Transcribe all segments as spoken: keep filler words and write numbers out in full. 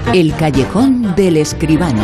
El callejón del escribano.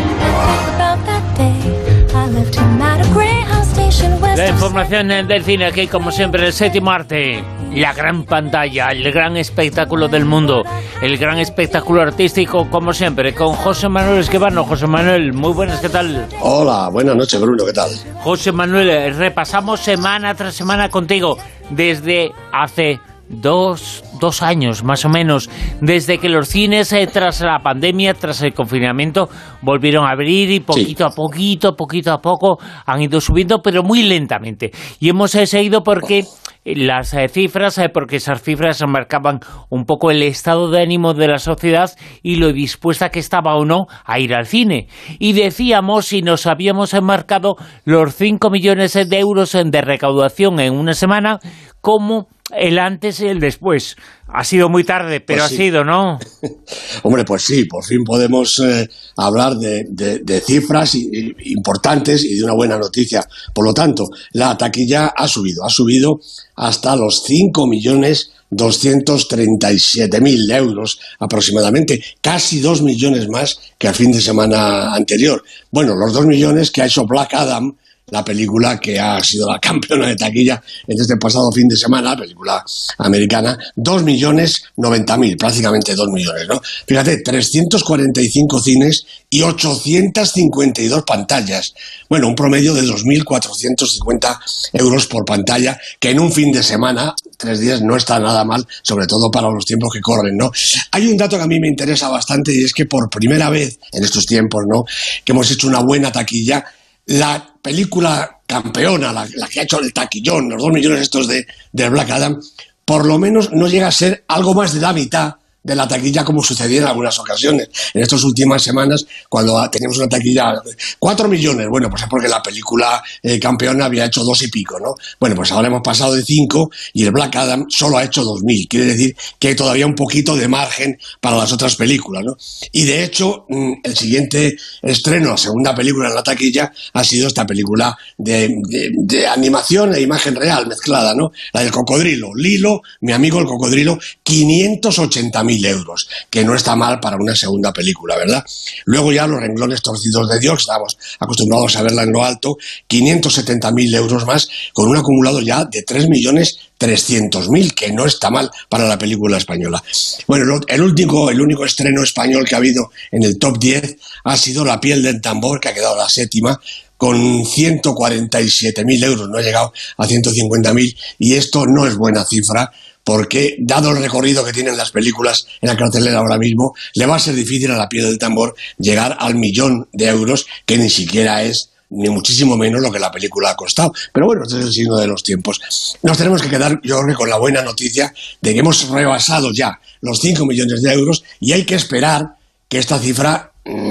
La información del cine aquí, como siempre, el séptimo arte, la gran pantalla, el gran espectáculo del mundo, el gran espectáculo artístico, como siempre, con José Manuel Escribano. José Manuel, muy buenas, ¿qué tal? Hola, buenas noches, Bruno, ¿qué tal? José Manuel, repasamos semana tras semana contigo desde hace dos, dos años más o menos, desde que los cines eh, tras la pandemia, tras el confinamiento, volvieron a abrir y poquito sí. a poquito, poquito a poco han ido subiendo, pero muy lentamente. Y hemos eh, seguido porque las eh, cifras, eh, porque esas cifras marcaban un poco el estado de ánimo de la sociedad y lo dispuesta que estaba o no a ir al cine. Y decíamos, si nos habíamos enmarcado los cinco millones de euros de recaudación en una semana, como el antes y el después. Ha sido muy tarde, pero pues sí. ha sido, ¿no? Hombre, pues sí, por fin podemos eh, hablar de, de, de cifras y, y, importantes y de una buena noticia. Por lo tanto, la taquilla ha subido, ha subido hasta los cinco millones doscientos treinta y siete mil euros aproximadamente, casi dos millones más que al fin de semana anterior. Bueno, los dos millones que ha hecho Black Adam, la película que ha sido la campeona de taquilla en este pasado fin de semana, película americana, dos millones noventa mil, prácticamente dos millones, ¿no? Fíjate, trescientos cuarenta y cinco cines y ochocientas cincuenta y dos pantallas. Bueno, un promedio de dos mil cuatrocientos cincuenta euros por pantalla, que en un fin de semana, tres días, no está nada mal, sobre todo para los tiempos que corren, ¿no? Hay un dato que a mí me interesa bastante y es que por primera vez en estos tiempos, ¿no?, que hemos hecho una buena taquilla, la película campeona, la, la que ha hecho el taquillón, los dos millones estos de, de Black Adam, por lo menos no llega a ser algo más de la mitad de la taquilla como sucedía en algunas ocasiones. En estas últimas semanas, cuando teníamos una taquilla cuatro millones, bueno, pues es porque la película eh, campeona había hecho dos y pico, ¿no? Bueno, pues ahora hemos pasado de cinco y el Black Adam solo ha hecho dos mil. Quiere decir que hay todavía un poquito de margen para las otras películas, ¿no? Y de hecho, el siguiente estreno, la segunda película en la taquilla, ha sido esta película de, de, de animación e imagen real mezclada, ¿no? La del cocodrilo. Lilo, mi amigo el cocodrilo, quinientos ochenta mil euros, que no está mal para una segunda película, ¿verdad? Luego ya los renglones torcidos de Dios, estamos acostumbrados a verla en lo alto, quinientos setenta mil euros más, con un acumulado ya de tres millones trescientos mil, que no está mal para la película española. Bueno, el último, el único estreno español que ha habido en el top diez ha sido La piel del tambor, que ha quedado la séptima, con ciento cuarenta y siete mil euros, no ha llegado a ciento cincuenta mil, y esto no es buena cifra, porque, dado el recorrido que tienen las películas en la cartelera ahora mismo, le va a ser difícil a La piel del tambor llegar al millón de euros, que ni siquiera es, ni muchísimo menos, lo que la película ha costado. Pero bueno, este es el signo de los tiempos. Nos tenemos que quedar, yo creo, con la buena noticia de que hemos rebasado ya los cinco millones de euros y hay que esperar que esta cifra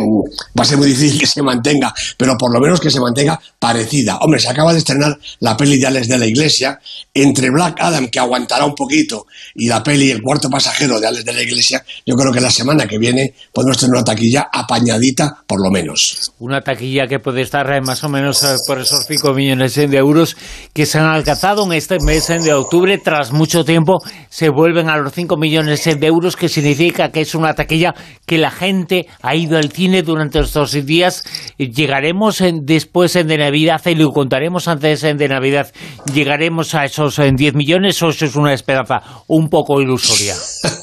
va a ser muy difícil que se mantenga, pero por lo menos que se mantenga parecida. Hombre, se acaba de estrenar la peli de Alex de la Iglesia, entre Black Adam, que aguantará un poquito, y la peli El cuarto pasajero de Alex de la Iglesia, yo creo que la semana que viene podemos tener una taquilla apañadita, por lo menos. Una taquilla que puede estar eh, más o menos eh, por esos cinco millones de euros que se han alcanzado en este mes de octubre. Tras mucho tiempo se vuelven a los cinco millones de euros, que significa que es una taquilla que la gente ha ido al cine durante estos días. Llegaremos en, después en de Navidad, y lo contaremos antes en de Navidad, llegaremos a esos en diez millones, o eso es una esperanza un poco ilusoria.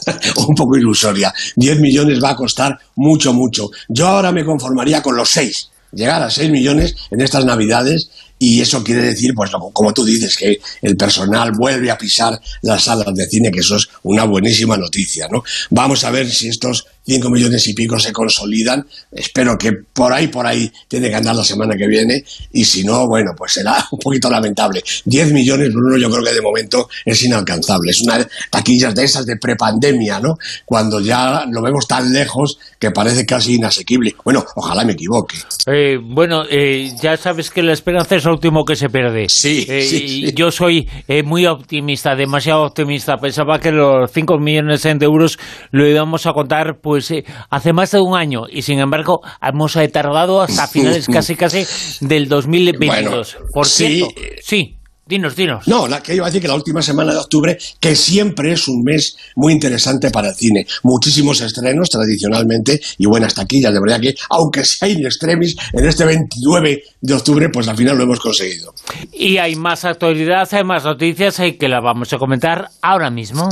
Un poco ilusoria. diez millones va a costar mucho, mucho. Yo ahora me conformaría con los seis. Llegar a seis millones en estas Navidades, y eso quiere decir, pues como tú dices, que el personal vuelve a pisar las salas de cine, que eso es una buenísima noticia, ¿no? Vamos a ver si estos cinco millones y pico se consolidan. Espero que por ahí, por ahí tiene que andar la semana que viene, y si no, bueno, pues será un poquito lamentable. diez millones, Bruno, yo creo que de momento es inalcanzable. Es una taquillas de esas de prepandemia, ¿no? Cuando ya lo vemos tan lejos que parece casi inasequible. Bueno, ojalá me equivoque. Eh, bueno, eh, ya sabes que la esperanza es lo último que se pierde. Sí, eh, sí, sí. Yo soy eh, muy optimista, demasiado optimista. Pensaba que los cinco millones de euros lo íbamos a contar pues eh, hace más de un año, y sin embargo hemos eh, tardado hasta finales casi casi del dos mil veintidós. Bueno, Por sí, cierto, sí. Dinos, dinos. No, la que iba a decir que la última semana de octubre, que siempre es un mes muy interesante para el cine. Muchísimos estrenos tradicionalmente y buenas taquillas. De verdad que, aunque sea in extremis, en este veintinueve de octubre, pues al final lo hemos conseguido. Y hay más actualidad, hay más noticias eh, que la vamos a comentar ahora mismo.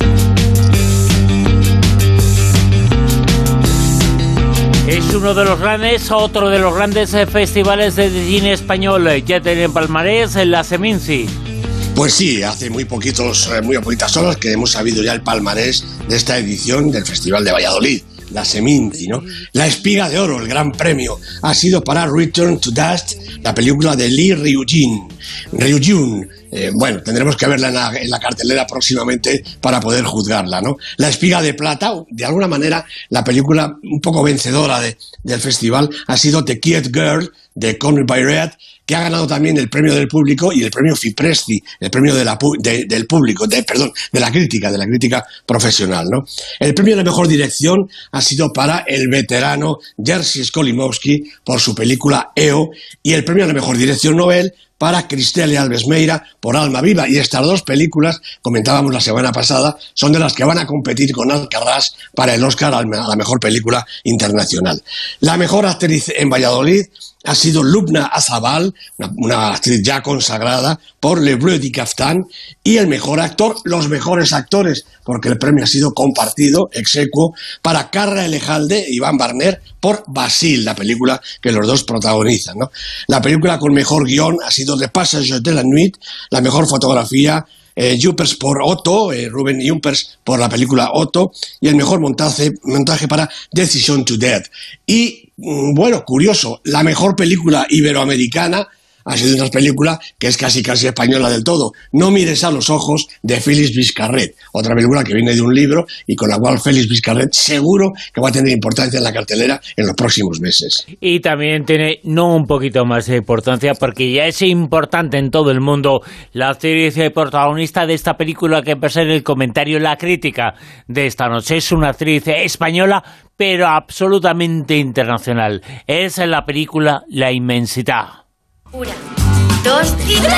Es uno de los grandes, otro de los grandes eh, festivales de cine español. Ya tienen palmarés en la Seminci. Pues sí, hace muy poquitos, muy poquitas horas que hemos sabido ya el palmarés de esta edición del Festival de Valladolid, la Seminci, ¿no? La Espiga de Oro, el gran premio, ha sido para Return to Dust, la película de Lee Ryujin. Ryujin, eh, bueno, tendremos que verla en la, en la cartelera próximamente para poder juzgarla, ¿no? La Espiga de Plata, de alguna manera, la película un poco vencedora de, del festival, ha sido The Quiet Girl, de Conrad Bayret, que ha ganado también el premio del público y el premio Fipresti, el premio de la, de, del público, de, perdón, de la crítica, de la crítica profesional, ¿no? El premio de la mejor dirección ha sido para el veterano Jerzy Skolimowski por su película E O, y el premio de la mejor dirección Nobel para Cristela Alves Meira por Alma Viva. Y estas dos películas, comentábamos la semana pasada, son de las que van a competir con Alcarrás para el Oscar a la mejor película internacional. La mejor actriz en Valladolid ha sido Lubna Azabal, una, una actriz ya consagrada por Le Bleu du Caftan, y el mejor actor, los mejores actores, porque el premio ha sido compartido, ex aequo, para Carra Elejalde e Iván Barner por Basil, la película que los dos protagonizan, ¿no? La película con mejor guión ha sido Le Passage de la Nuit, la mejor fotografía, Eh, Juppers por Otto, eh, Ruben Juppers por la película Otto, y el mejor montaje, montaje para Decision to Death. Y, mm, bueno, curioso, la mejor película iberoamericana ha sido una película que es casi casi española del todo, No mires a los ojos, de Félix Vizcarret, otra película que viene de un libro y con la cual Félix Vizcarret seguro que va a tener importancia en la cartelera en los próximos meses. Y también tiene no un poquito más de importancia, porque ya es importante en todo el mundo, la actriz y protagonista de esta película que va a ser el comentario, la crítica de esta noche. Es una actriz española, pero absolutamente internacional. Es en la película La Inmensidad. Una, dos y tres.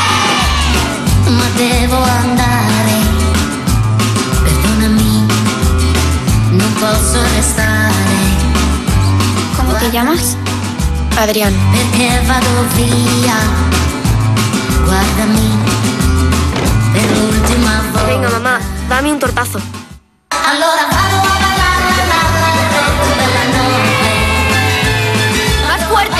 Ma devo andare, perdonami, non posso restare. ¿Cómo te llamas? Adrián. Perché vado via, guardami, per l'ultima volta. Venga, mamá, dame un tortazo. Allora vado a ballare la bella notte. ¡Más fuerte!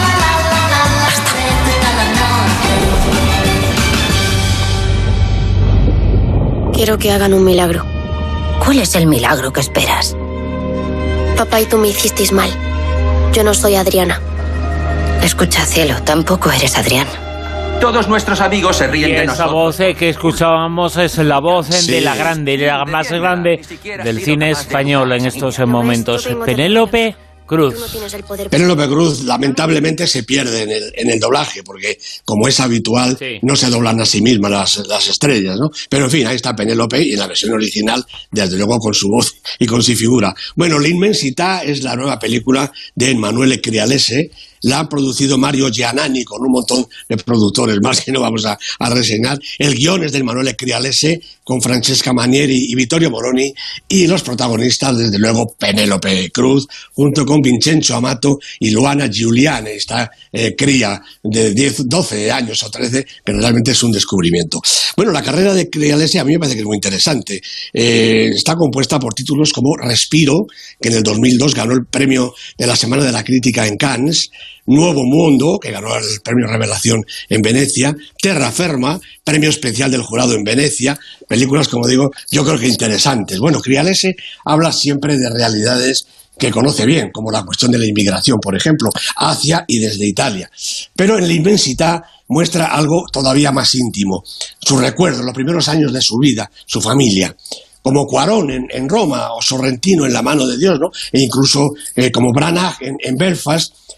Quiero que hagan un milagro. ¿Cuál es el milagro que esperas? Papá y tú me hicisteis mal. Yo no soy Adriana. Escucha, cielo, tampoco eres Adrián. Todos nuestros amigos se ríen Y de esa nosotros. voz eh, que escuchábamos es la voz eh, Sí. de la grande, de la más grande del cine español en estos eh, momentos. Penélope Cruz. Tú no tienes el poder. Penélope Cruz lamentablemente se pierde en el, en el doblaje, porque como es habitual, Sí. no se doblan a sí mismas las, las estrellas, ¿no? Pero en fin, ahí está Penélope, y en la versión original, desde luego con su voz y con su figura. Bueno, La Inmensidad es la nueva película de Emanuele Crialese. La ha producido Mario Giannani con un montón de productores más que no vamos a, a reseñar. El guión es de Emanuele Crialese con Francesca Manieri y Vittorio Moroni, y los protagonistas, desde luego, Penélope Cruz, junto con Vincenzo Amato y Luana Giuliani, esta eh, cría de diez, doce años o trece, pero realmente es un descubrimiento. Bueno, la carrera de Crialese a mí me parece que es muy interesante. Eh, está compuesta por títulos como Respiro, que en el dos mil dos ganó el premio de la Semana de la Crítica en Cannes, Nuevo Mundo, que ganó el premio Revelación en Venecia, Terraferma, premio especial del jurado en Venecia, películas, como digo, yo creo que interesantes. Bueno, Crialese habla siempre de realidades que conoce bien, como la cuestión de la inmigración, por ejemplo, hacia y desde Italia. Pero en La Inmensidad muestra algo todavía más íntimo, sus recuerdos, los primeros años de su vida, su familia. Como Cuarón en, en Roma, o Sorrentino en La mano de Dios, ¿no? E incluso eh, como Branagh en, en Belfast,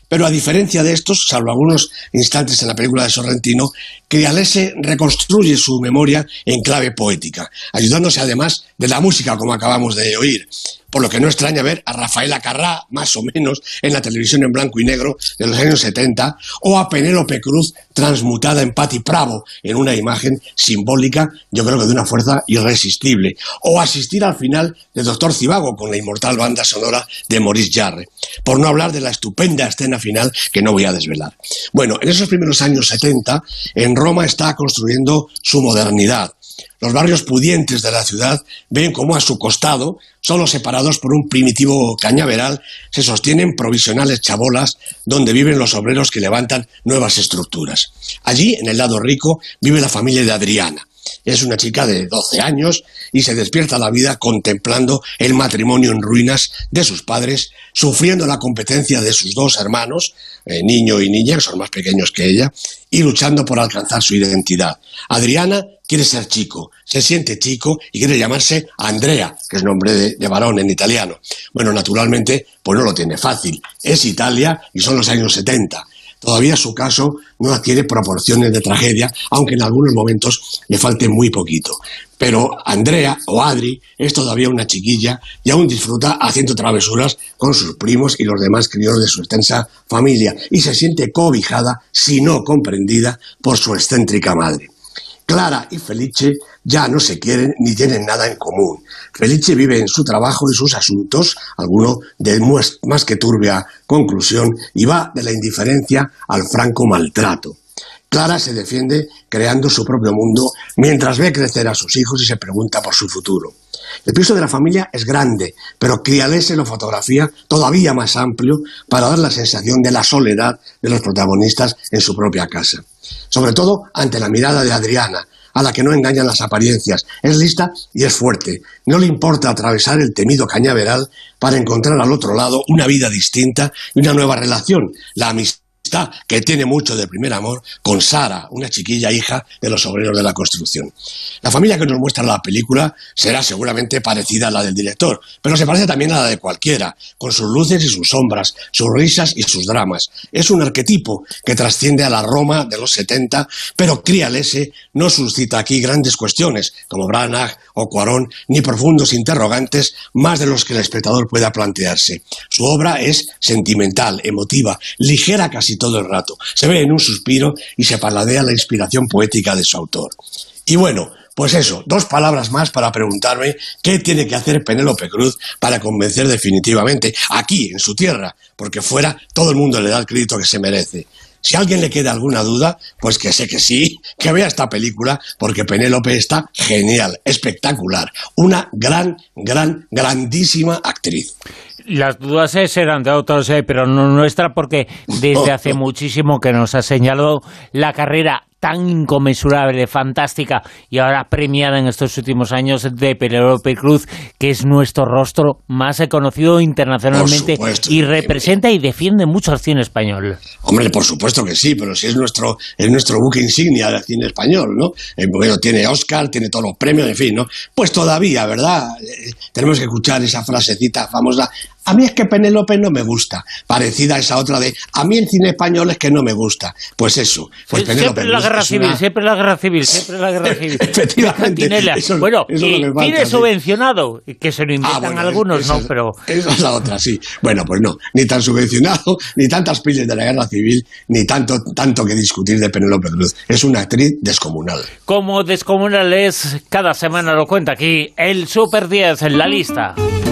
Pero a diferencia de estos, salvo algunos instantes en la película de Sorrentino, Crialese reconstruye su memoria en clave poética, ayudándose además de la música, como acabamos de oír. Por lo que no extraña ver a Rafaela Carrà, más o menos, en la televisión en blanco y negro de los años setenta, o a Penélope Cruz transmutada en Patti Bravo, en una imagen simbólica, yo creo que de una fuerza irresistible, o asistir al final de Doctor Zivago con la inmortal banda sonora de Maurice Jarre, por no hablar de la estupenda escena final que no voy a desvelar. Bueno, en esos primeros años setenta, en Roma está construyendo su modernidad. Los barrios pudientes de la ciudad ven cómo a su costado, solo separados por un primitivo cañaveral, se sostienen provisionales chabolas donde viven los obreros que levantan nuevas estructuras. Allí, en el lado rico, vive la familia de Adriana. Es una chica de doce años y se despierta a la vida contemplando el matrimonio en ruinas de sus padres, sufriendo la competencia de sus dos hermanos, eh, niño y niña, que son más pequeños que ella, y luchando por alcanzar su identidad. Adriana quiere ser chico, se siente chico y quiere llamarse Andrea, que es nombre de, de varón en italiano. Bueno, naturalmente, pues no lo tiene fácil. Es Italia y son los años setenta. Todavía su caso no adquiere proporciones de tragedia, aunque en algunos momentos le falte muy poquito. Pero Andrea, o Adri, es todavía una chiquilla y aún disfruta haciendo travesuras con sus primos y los demás críos de su extensa familia, y se siente cobijada, si no comprendida, por su excéntrica madre. Clara y Felice ya no se quieren ni tienen nada en común. Felice vive en su trabajo y sus asuntos, alguno de más que turbia conclusión, y va de la indiferencia al franco maltrato. Clara se defiende creando su propio mundo mientras ve crecer a sus hijos y se pregunta por su futuro. El piso de la familia es grande, pero Crialese lo fotografía todavía más amplio para dar la sensación de la soledad de los protagonistas en su propia casa. Sobre todo ante la mirada de Adriana, a la que no engañan las apariencias. Es lista y es fuerte. No le importa atravesar el temido cañaveral para encontrar al otro lado una vida distinta y una nueva relación, la amistad que tiene mucho de primer amor con Sara, una chiquilla hija de los obreros de la construcción. La familia que nos muestra la película será seguramente parecida a la del director, pero se parece también a la de cualquiera, con sus luces y sus sombras, sus risas y sus dramas. Es un arquetipo que trasciende a la Roma de los setenta, pero Crialese no suscita aquí grandes cuestiones, como Branagh o Cuarón, ni profundos interrogantes más de los que el espectador pueda plantearse. Su obra es sentimental, emotiva, ligera casi todo el rato. Se ve en un suspiro y se paladea la inspiración poética de su autor. Y bueno, pues eso, dos palabras más para preguntarme qué tiene que hacer Penélope Cruz para convencer definitivamente aquí, en su tierra, porque fuera todo el mundo le da el crédito que se merece. Si a alguien le queda alguna duda, pues que sé que sí, que vea esta película, porque Penélope está genial, espectacular, una gran, gran, grandísima actriz. Las dudas eh, serán de otros, eh, pero no nuestra, porque desde hace muchísimo que nos ha señalado la carrera tan inconmensurable, fantástica y ahora premiada en estos últimos años de Penélope Cruz, que es nuestro rostro más conocido internacionalmente supuesto, y representa y defiende mucho al cine español. Hombre, por supuesto que sí, pero si es nuestro es nuestro buque insignia del cine español, ¿no? Eh, bueno, tiene Oscar, tiene todos los premios, en fin, ¿no? Pues todavía, ¿verdad? Eh, tenemos que escuchar esa frasecita famosa. A mí es que Penélope no me gusta, parecida a esa otra de a mí el cine español es que no me gusta. Pues eso, pues siempre Penélope la guerra civil, una... siempre la guerra civil, siempre la guerra civil. Efectivamente. Eso, bueno, eso y es lo que falta, tiene sí. subvencionado, que se lo inventan ah, bueno, algunos, esa, ¿no? Pero esa es la otra, sí. Bueno, pues no, ni tan subvencionado, ni tantas piles de la guerra civil, ni tanto, tanto que discutir de Penélope Cruz. Es una actriz descomunal. Como descomunal es, cada semana lo cuenta aquí, el Super diez en la lista.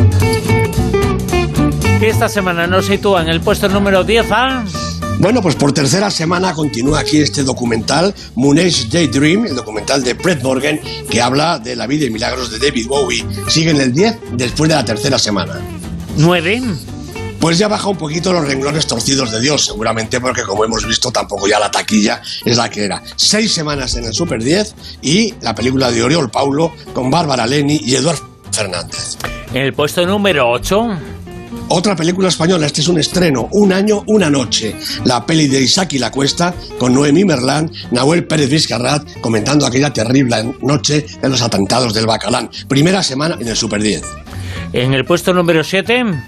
Esta semana nos sitúa en el puesto número diez a... Bueno, pues por tercera semana continúa aquí este documental, Moonage Daydream, el documental de Brett Morgen, que habla de la vida y milagros de David Bowie. Sigue en el diez después de la tercera semana. ¿nueve? Pues ya baja un poquito los renglones torcidos de Dios, seguramente porque, como hemos visto, tampoco ya la taquilla es la que era. Seis semanas en el Super diez y la película de Oriol Paulo con Bárbara Leni y Eduard Fernández. En el puesto número ocho... Otra película española, este es un estreno, Un año, una noche. La peli de Isaki La Cuesta, con Noemí Merlán, Nahuel Pérez Vizcarrat, comentando aquella terrible noche de los atentados del Bacalán. Primera semana en el Super diez. En el puesto número siete...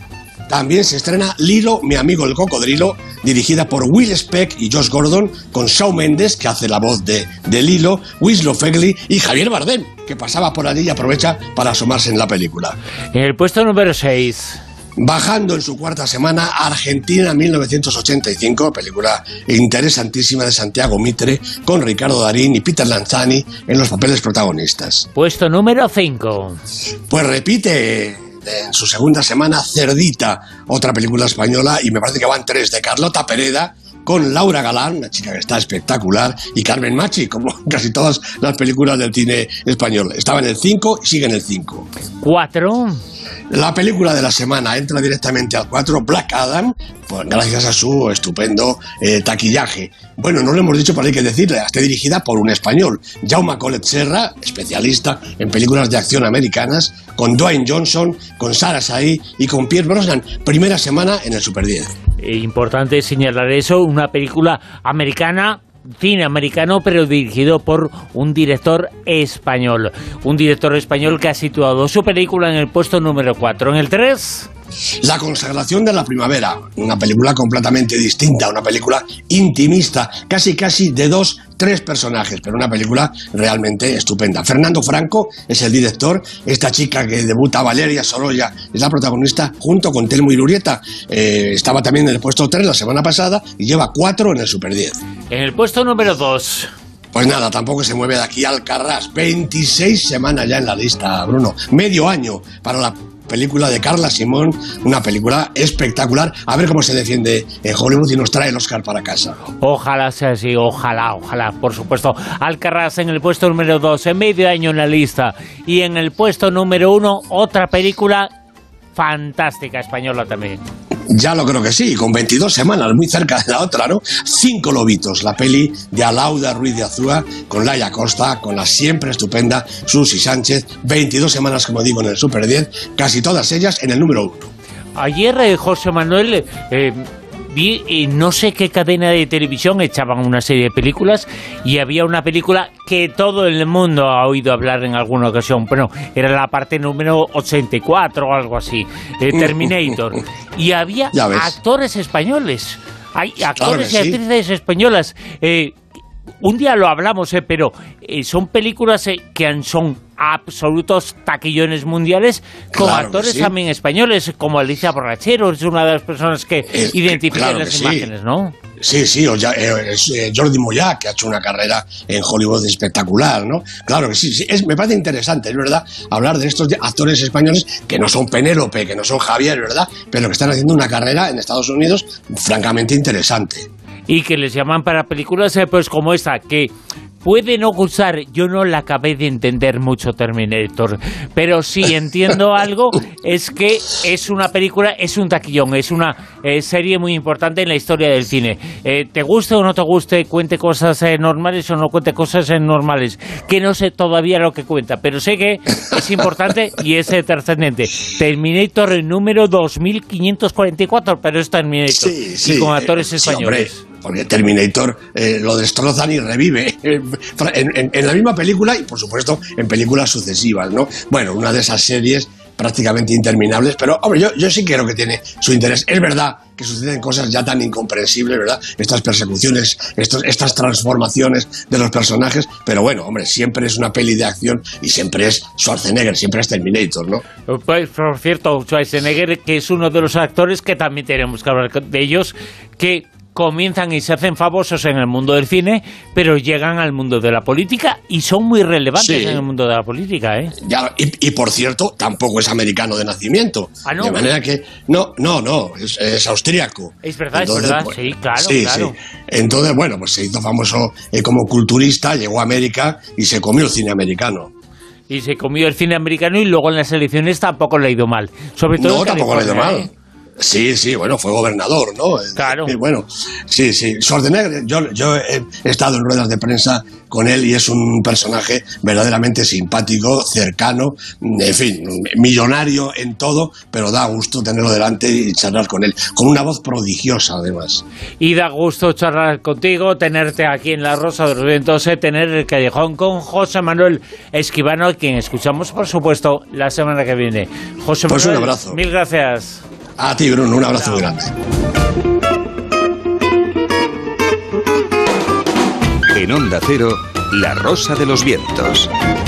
también se estrena Lilo, mi amigo el cocodrilo, dirigida por Will Speck y Josh Gordon, con Shawn Mendes, que hace la voz de, de Lilo, Winslow Fegley y Javier Bardem, que pasaba por allí y aprovecha para asomarse en la película. En el puesto número seis... Bajando en su cuarta semana, Argentina mil novecientos ochenta y cinco, película interesantísima de Santiago Mitre, con Ricardo Darín y Peter Lanzani en los papeles protagonistas. Puesto número cinco. Pues repite en su segunda semana Cerdita, otra película española, y me parece que van tres, de Carlota Pereda, con Laura Galán, una chica que está espectacular, y Carmen Machi, como casi todas las películas del cine español. Estaba en el cinco y sigue en el cinco. cuatro. La película de la semana entra directamente al cuatro, Black Adam, pues gracias a su estupendo eh, taquillaje. Bueno, no lo hemos dicho, pero hay que decirle, está dirigida por un español, Jaume Collet Serra, especialista en películas de acción americanas, con Dwayne Johnson, con Sarah Sahi y con Pierce Brosnan. Primera semana en el Super diez. Importante señalar eso, una película americana, cine americano, pero dirigido por un director español. Un director español que ha situado su película en el puesto número cuatro. En el tres... La consagración de la primavera, una película completamente distinta, una película intimista, casi casi de dos, tres personajes, pero una película realmente estupenda. Fernando Franco es el director, esta chica que debuta, Valeria Sorolla, es la protagonista junto con Telmo Irurieta. Eh, estaba también en el puesto tres la semana pasada y lleva cuatro en el Super diez. En el puesto número dos... Pues nada, tampoco se mueve de aquí Alcarrás. veintiséis semanas ya en la lista, Bruno. Medio año para la película de Carla Simón, una película espectacular. A ver cómo se defiende en Hollywood y nos trae el Oscar para casa. Ojalá sea así, ojalá, ojalá, por supuesto. Alcarrás en el puesto número dos, en medio año en la lista. Y en el puesto número uno, otra película fantástica española también. Ya lo creo que sí, con veintidós semanas, muy cerca de la otra, ¿no? Cinco lobitos, la peli de Alauda Ruiz de Azúa, con Laia Costa, con la siempre estupenda Susi Sánchez. veintidós semanas, como digo, en el Super diez, casi todas ellas en el número uno. Ayer, eh, José Manuel, eh, vi, eh, no sé qué cadena de televisión echaban una serie de películas y había una película que todo el mundo ha oído hablar en alguna ocasión. Bueno, era la parte número ochenta y cuatro o algo así, eh, Terminator. Y había actores españoles, hay actores claro y actrices sí. españolas. Eh, un día lo hablamos, eh, pero eh, son películas eh, que son absolutos taquillones mundiales, con claro actores sí. también españoles, como Alicia Borrachero, es una de las personas que eh, identifican claro las que imágenes, sí. ¿no? Sí, sí, o ya, eh, es, eh, Jordi Moya, que ha hecho una carrera en Hollywood espectacular, ¿no? Claro que sí, sí es, me parece interesante, es verdad, hablar de estos actores españoles que no son Penélope, que no son Javier, ¿verdad? Pero que están haciendo una carrera en Estados Unidos francamente interesante. Y que les llaman para películas eh, pues como esta, que puede no gustar, yo no la acabé de entender mucho Terminator, pero sí entiendo algo, es que es una película, es un taquillón, es una eh, serie muy importante en la historia del cine. Eh, te guste o no te guste, cuente cosas eh, normales o no cuente cosas eh, normales, que no sé todavía lo que cuenta, pero sé que es importante y es eh, trascendente. Terminator número dos mil quinientos cuarenta y cuatro, pero es Terminator, sí, sí, y con actores eh, españoles. Sí, porque Terminator eh, lo destrozan y revive en, en, en la misma película y, por supuesto, en películas sucesivas, ¿no? Bueno, una de esas series prácticamente interminables, pero, hombre, yo, yo sí creo que tiene su interés. Es verdad que suceden cosas ya tan incomprensibles, ¿verdad? Estas persecuciones, estos, estas transformaciones de los personajes, pero bueno, hombre, siempre es una peli de acción y siempre es Schwarzenegger, siempre es Terminator, ¿no? Pues, por cierto, Schwarzenegger, que es uno de los actores que también tenemos que hablar de ellos, que comienzan y se hacen famosos en el mundo del cine, pero llegan al mundo de la política y son muy relevantes sí. en el mundo de la política, ¿eh? Ya, y, y por cierto, tampoco es americano de nacimiento. ¿Ah, no? De manera que, no, no, no, es, es austríaco. Es verdad, Entonces, es verdad, pues, sí, claro, sí, claro. Sí. Entonces, bueno, pues se hizo famoso eh, como culturista, llegó a América y se comió el cine americano. Y se comió el cine americano y luego en las elecciones tampoco le ha ido mal. Sobre todo no, tampoco le ha ido mal. ¿eh? Sí, sí, bueno, fue gobernador, ¿no? Claro. Y bueno, sí, sí. Schwarzenegger, yo, yo he estado en ruedas de prensa con él y es un personaje verdaderamente simpático, cercano, en fin, millonario en todo, pero da gusto tenerlo delante y charlar con él, con una voz prodigiosa además. Y da gusto charlar contigo, tenerte aquí en La Rosa de los Vientos, tener el Callejón con José Manuel Esquivano, a quien escuchamos, por supuesto, la semana que viene. José Manuel, pues un abrazo. Mil gracias. A ti, Bruno, un abrazo muy grande. En Onda Cero, La Rosa de los Vientos.